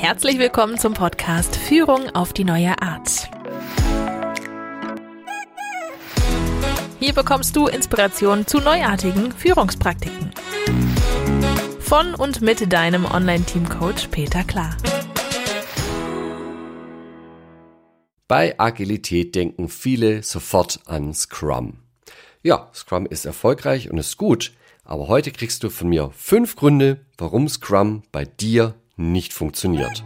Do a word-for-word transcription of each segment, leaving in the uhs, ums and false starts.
Herzlich willkommen zum Podcast Führung auf die neue Art. Hier bekommst du Inspiration zu neuartigen Führungspraktiken. Von und mit deinem Online-Team-Coach Peter Klar. Bei Agilität denken viele sofort an Scrum. Ja, Scrum ist erfolgreich und ist gut, aber heute kriegst du von mir fünf Gründe, warum Scrum bei dir nicht funktioniert.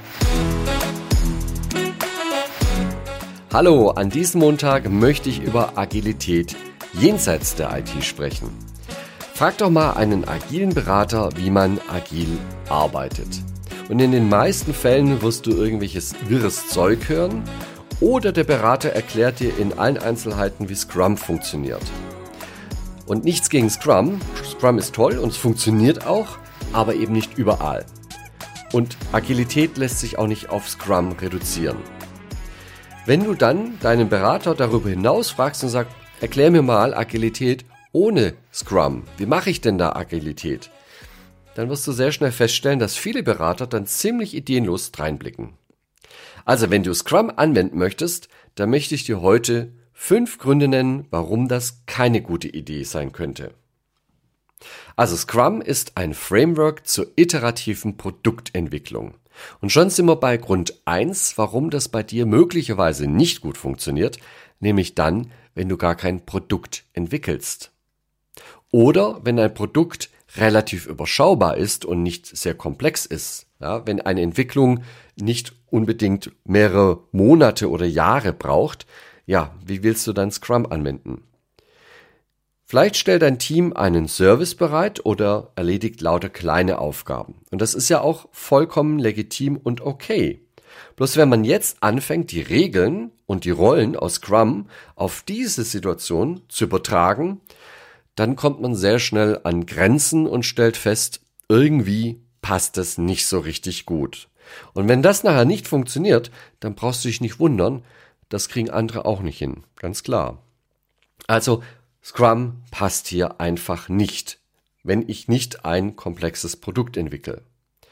Hallo, an diesem Montag möchte ich über Agilität jenseits der I T sprechen. Frag doch mal einen agilen Berater, wie man agil arbeitet. Und in den meisten Fällen wirst du irgendwelches wirres Zeug hören oder der Berater erklärt dir in allen Einzelheiten, wie Scrum funktioniert. Und nichts gegen Scrum. Scrum ist toll und es funktioniert auch, aber eben nicht überall. Und Agilität lässt sich auch nicht auf Scrum reduzieren. Wenn du dann deinen Berater darüber hinaus fragst und sagst, erklär mir mal Agilität ohne Scrum, wie mache ich denn da Agilität? Dann wirst du sehr schnell feststellen, dass viele Berater dann ziemlich ideenlos reinblicken. Also wenn du Scrum anwenden möchtest, dann möchte ich dir heute fünf Gründe nennen, warum das keine gute Idee sein könnte. Also Scrum ist ein Framework zur iterativen Produktentwicklung. Und schon sind wir bei Grund eins, warum das bei dir möglicherweise nicht gut funktioniert, nämlich dann, wenn du gar kein Produkt entwickelst. Oder wenn ein Produkt relativ überschaubar ist und nicht sehr komplex ist. Ja, wenn eine Entwicklung nicht unbedingt mehrere Monate oder Jahre braucht, ja, wie willst du dann Scrum anwenden? Vielleicht stellt dein Team einen Service bereit oder erledigt lauter kleine Aufgaben. Und das ist ja auch vollkommen legitim und okay. Bloß wenn man jetzt anfängt, die Regeln und die Rollen aus Scrum auf diese Situation zu übertragen, dann kommt man sehr schnell an Grenzen und stellt fest, irgendwie passt es nicht so richtig gut. Und wenn das nachher nicht funktioniert, dann brauchst du dich nicht wundern, das kriegen andere auch nicht hin, ganz klar. Also Scrum passt hier einfach nicht, wenn ich nicht ein komplexes Produkt entwickle.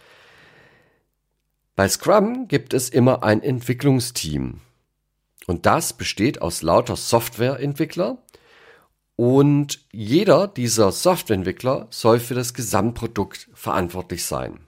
Bei Scrum gibt es immer ein Entwicklungsteam und das besteht aus lauter Softwareentwickler und jeder dieser Softwareentwickler soll für das Gesamtprodukt verantwortlich sein.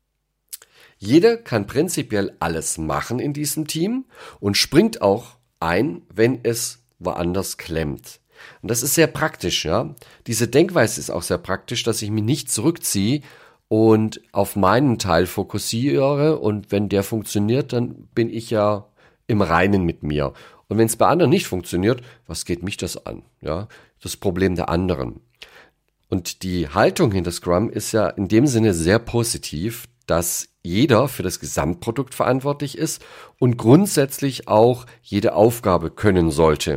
Jeder kann prinzipiell alles machen in diesem Team und springt auch ein, wenn es woanders klemmt. Und das ist sehr praktisch, ja. Diese Denkweise ist auch sehr praktisch, dass ich mich nicht zurückziehe und auf meinen Teil fokussiere und wenn der funktioniert, dann bin ich ja im Reinen mit mir. Und wenn es bei anderen nicht funktioniert, was geht mich das an? Ja, das Problem der anderen. Und die Haltung hinter Scrum ist ja in dem Sinne sehr positiv, dass jeder für das Gesamtprodukt verantwortlich ist und grundsätzlich auch jede Aufgabe können sollte.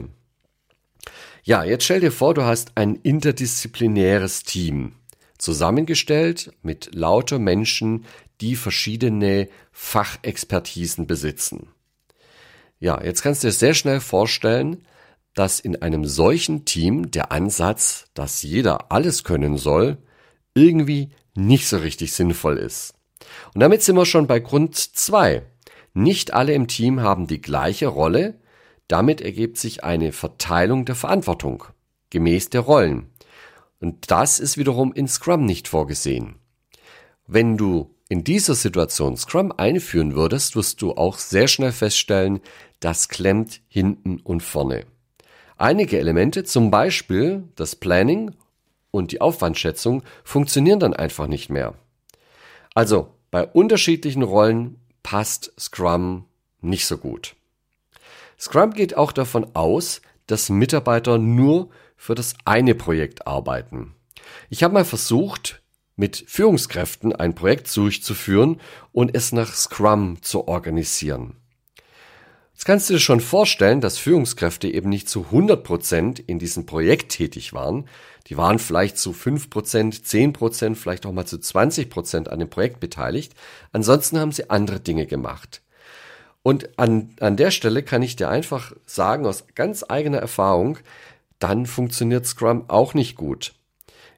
Ja, jetzt stell dir vor, du hast ein interdisziplinäres Team, zusammengestellt mit lauter Menschen, die verschiedene Fachexpertisen besitzen. Ja, jetzt kannst du dir sehr schnell vorstellen, dass in einem solchen Team der Ansatz, dass jeder alles können soll, irgendwie nicht so richtig sinnvoll ist. Und damit sind wir schon bei Grund zwei. Nicht alle im Team haben die gleiche Rolle. Damit ergibt sich eine Verteilung der Verantwortung, gemäß der Rollen. Und das ist wiederum in Scrum nicht vorgesehen. Wenn du in dieser Situation Scrum einführen würdest, wirst du auch sehr schnell feststellen, das klemmt hinten und vorne. Einige Elemente, zum Beispiel das Planning und die Aufwandschätzung, funktionieren dann einfach nicht mehr. Also bei unterschiedlichen Rollen passt Scrum nicht so gut. Scrum geht auch davon aus, dass Mitarbeiter nur für das eine Projekt arbeiten. Ich habe mal versucht, mit Führungskräften ein Projekt durchzuführen und es nach Scrum zu organisieren. Jetzt kannst du dir schon vorstellen, dass Führungskräfte eben nicht zu hundert Prozent in diesem Projekt tätig waren. Die waren vielleicht zu fünf Prozent, zehn Prozent, vielleicht auch mal zu zwanzig Prozent an dem Projekt beteiligt. Ansonsten haben sie andere Dinge gemacht. Und an, an der Stelle kann ich dir einfach sagen, aus ganz eigener Erfahrung, dann funktioniert Scrum auch nicht gut.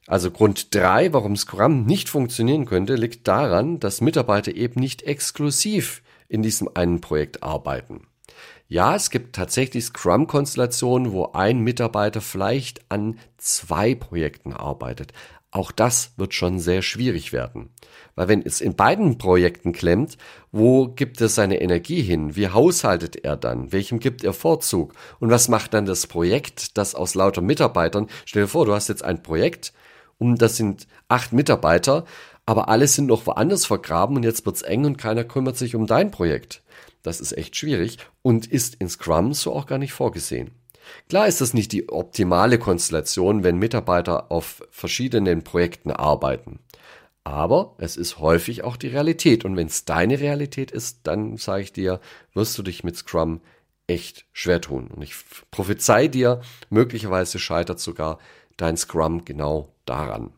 Also Grund drei, warum Scrum nicht funktionieren könnte, liegt daran, dass Mitarbeiter eben nicht exklusiv in diesem einen Projekt arbeiten. Ja, es gibt tatsächlich Scrum-Konstellationen, wo ein Mitarbeiter vielleicht an zwei Projekten arbeitet. Auch das wird schon sehr schwierig werden. Weil wenn es in beiden Projekten klemmt, wo gibt er seine Energie hin? Wie haushaltet er dann? Welchem gibt er Vorzug? Und was macht dann das Projekt, das aus lauter Mitarbeitern? Stell dir vor, du hast jetzt ein Projekt und das sind acht Mitarbeiter, aber alle sind noch woanders vergraben und jetzt wird's eng und keiner kümmert sich um dein Projekt. Das ist echt schwierig und ist in Scrum so auch gar nicht vorgesehen. Klar ist das nicht die optimale Konstellation, wenn Mitarbeiter auf verschiedenen Projekten arbeiten. Aber es ist häufig auch die Realität. Und wenn es deine Realität ist, dann sage ich dir, wirst du dich mit Scrum echt schwer tun. Und ich prophezei dir, möglicherweise scheitert sogar dein Scrum genau daran.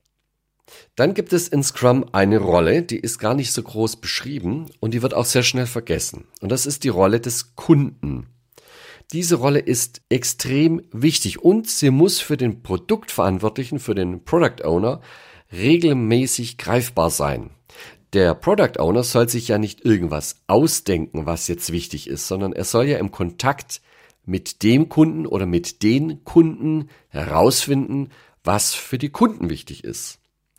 Dann gibt es in Scrum eine Rolle, die ist gar nicht so groß beschrieben und die wird auch sehr schnell vergessen. Und das ist die Rolle des Kunden. Diese Rolle ist extrem wichtig und sie muss für den Produktverantwortlichen, für den Product Owner, regelmäßig greifbar sein. Der Product Owner soll sich ja nicht irgendwas ausdenken, was jetzt wichtig ist, sondern er soll ja im Kontakt mit dem Kunden oder mit den Kunden herausfinden, was für die Kunden wichtig ist.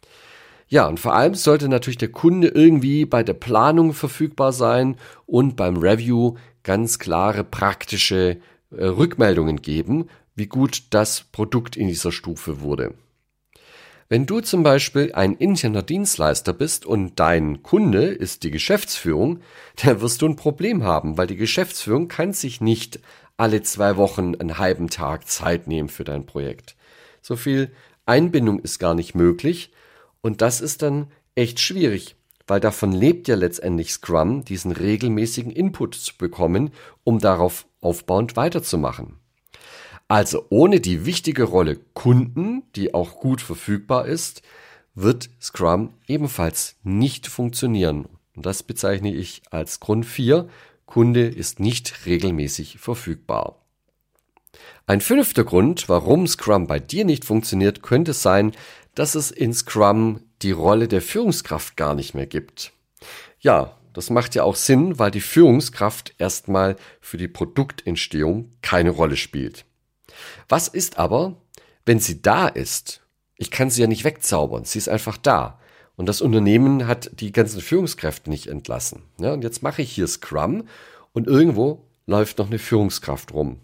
Ja, und vor allem sollte natürlich der Kunde irgendwie bei der Planung verfügbar sein und beim Review ganz klare praktische äh, Rückmeldungen geben, wie gut das Produkt in dieser Stufe wurde. Wenn du zum Beispiel ein interner Dienstleister bist und dein Kunde ist die Geschäftsführung, dann wirst du ein Problem haben, weil die Geschäftsführung kann sich nicht alle zwei Wochen einen halben Tag Zeit nehmen für dein Projekt. So viel Einbindung ist gar nicht möglich und das ist dann echt schwierig. Weil davon lebt ja letztendlich Scrum, diesen regelmäßigen Input zu bekommen, um darauf aufbauend weiterzumachen. Also ohne die wichtige Rolle Kunden, die auch gut verfügbar ist, wird Scrum ebenfalls nicht funktionieren. Und das bezeichne ich als Grund vier. Kunde ist nicht regelmäßig verfügbar. Ein fünfter Grund, warum Scrum bei dir nicht funktioniert, könnte sein, dass es in Scrum die Rolle der Führungskraft gar nicht mehr gibt. Ja, das macht ja auch Sinn, weil die Führungskraft erstmal für die Produktentstehung keine Rolle spielt. Was ist aber, wenn sie da ist? Ich kann sie ja nicht wegzaubern, sie ist einfach da. Und das Unternehmen hat die ganzen Führungskräfte nicht entlassen. Ja, und jetzt mache ich hier Scrum und irgendwo läuft noch eine Führungskraft rum.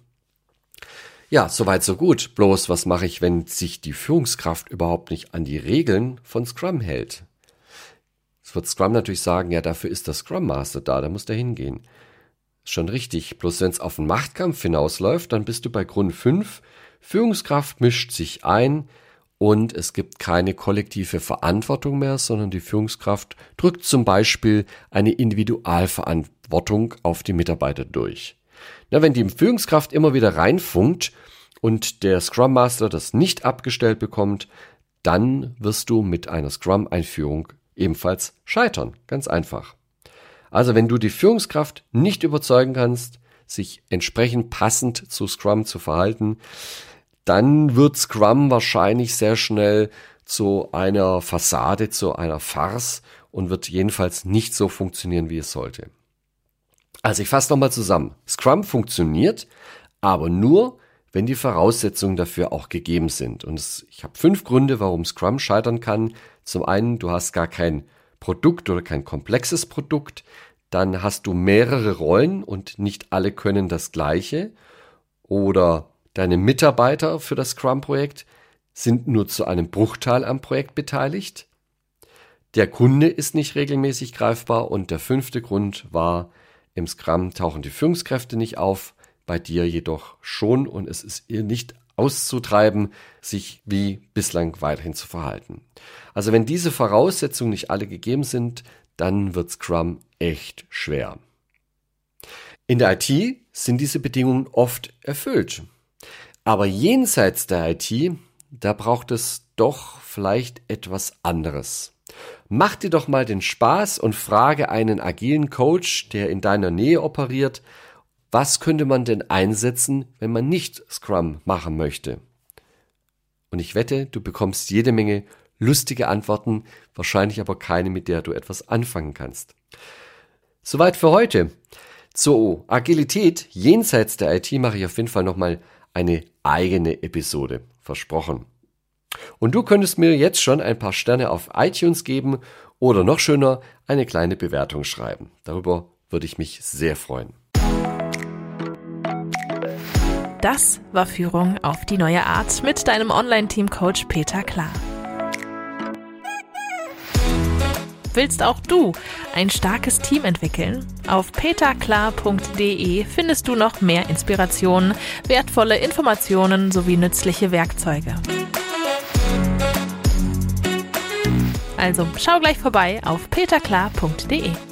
Ja, soweit so gut. Bloß, was mache ich, wenn sich die Führungskraft überhaupt nicht an die Regeln von Scrum hält? Es wird Scrum natürlich sagen, ja, dafür ist der Scrum Master da, da muss der hingehen. Ist schon richtig. Bloß wenn es auf einen Machtkampf hinausläuft, dann bist du bei Grund fünf. Führungskraft mischt sich ein und es gibt keine kollektive Verantwortung mehr, sondern die Führungskraft drückt zum Beispiel eine Individualverantwortung auf die Mitarbeiter durch. Na, wenn die Führungskraft immer wieder reinfunkt und der Scrum Master das nicht abgestellt bekommt, dann wirst du mit einer Scrum-Einführung ebenfalls scheitern. Ganz einfach. Also wenn du die Führungskraft nicht überzeugen kannst, sich entsprechend passend zu Scrum zu verhalten, dann wird Scrum wahrscheinlich sehr schnell zu einer Fassade, zu einer Farce und wird jedenfalls nicht so funktionieren, wie es sollte. Also ich fasse nochmal zusammen. Scrum funktioniert, aber nur, wenn die Voraussetzungen dafür auch gegeben sind. Und es, ich habe fünf Gründe, warum Scrum scheitern kann. Zum einen, du hast gar kein Produkt oder kein komplexes Produkt. Dann hast du mehrere Rollen und nicht alle können das Gleiche. Oder deine Mitarbeiter für das Scrum-Projekt sind nur zu einem Bruchteil am Projekt beteiligt. Der Kunde ist nicht regelmäßig greifbar. Und der fünfte Grund war, im Scrum tauchen die Führungskräfte nicht auf, bei dir jedoch schon und es ist ihr nicht auszutreiben, sich wie bislang weiterhin zu verhalten. Also wenn diese Voraussetzungen nicht alle gegeben sind, dann wird Scrum echt schwer. In der I T sind diese Bedingungen oft erfüllt. Aber jenseits der I T, da braucht es doch vielleicht etwas anderes. Mach dir doch mal den Spaß und frage einen agilen Coach, der in deiner Nähe operiert, was könnte man denn einsetzen, wenn man nicht Scrum machen möchte? Und ich wette, du bekommst jede Menge lustige Antworten, wahrscheinlich aber keine, mit der du etwas anfangen kannst. Soweit für heute. Zur Agilität jenseits der I T mache ich auf jeden Fall nochmal eine eigene Episode. Versprochen. Und du könntest mir jetzt schon ein paar Sterne auf iTunes geben oder noch schöner, eine kleine Bewertung schreiben. Darüber würde ich mich sehr freuen. Das war Führung auf die neue Art mit deinem Online-Team-Coach Peter Klar. Willst auch du ein starkes Team entwickeln? Auf peterklar punkt de findest du noch mehr Inspirationen, wertvolle Informationen sowie nützliche Werkzeuge. Also schau gleich vorbei auf peterklar punkt de.